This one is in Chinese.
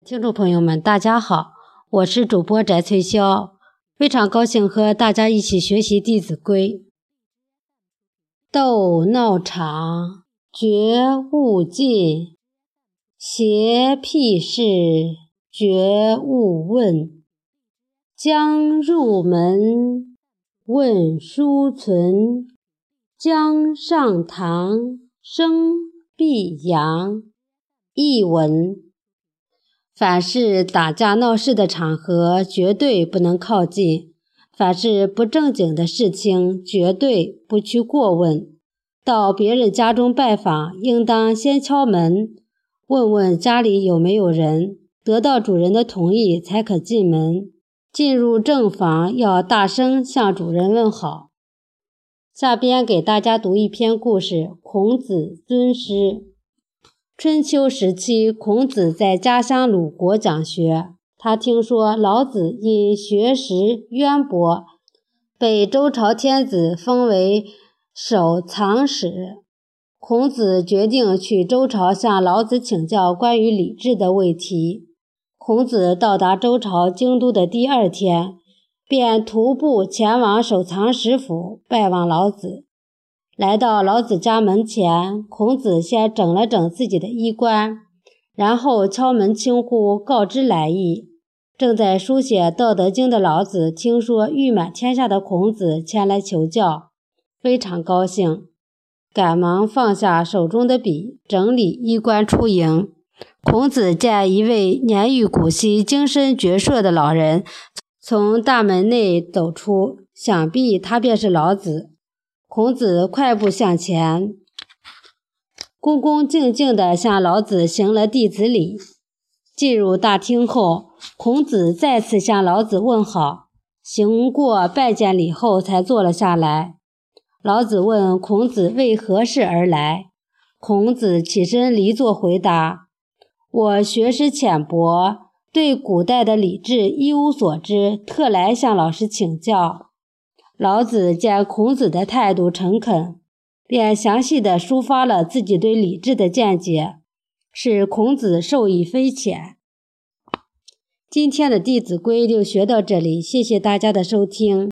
听众朋友们，大家好，我是主播翟翠霄，非常高兴和大家一起学习《弟子规》。斗闹场，觉悟尽；邪僻事，觉悟问。将入门，问书存；将上堂，生必扬。译文：凡是打架闹事的场合，绝对不能靠近；凡是不正经的事情，绝对不去过问。到别人家中拜访，应当先敲门，问问家里有没有人，得到主人的同意才可进门。进入正房，要大声向主人问好。下边给大家读一篇故事：孔子尊师。春秋时期，孔子在家乡鲁国讲学。他听说老子因学识渊博，被周朝天子封为守藏史。孔子决定去周朝向老子请教关于礼制的问题。孔子到达周朝京都的第二天，便徒步前往守藏史府拜望老子。来到老子家门前，孔子先整了整自己的衣冠，然后敲门轻呼，告知来意。正在书写《道德经》的老子听说誉满天下的孔子前来求教，非常高兴，赶忙放下手中的笔，整理衣冠出迎。孔子见一位年逾古稀、精深矍铄的老人从大门内走出，想必他便是老子。孔子快步向前，恭恭敬敬地向老子行了弟子礼。进入大厅后，孔子再次向老子问好，行过拜见礼后才坐了下来。老子问孔子为何事而来，孔子起身离座回答：我学识浅薄，对古代的礼制一无所知，特来向老师请教。老子见孔子的态度诚恳，便详细地抒发了自己对礼制的见解，使孔子受益匪浅。今天的《弟子规》就学到这里，谢谢大家的收听。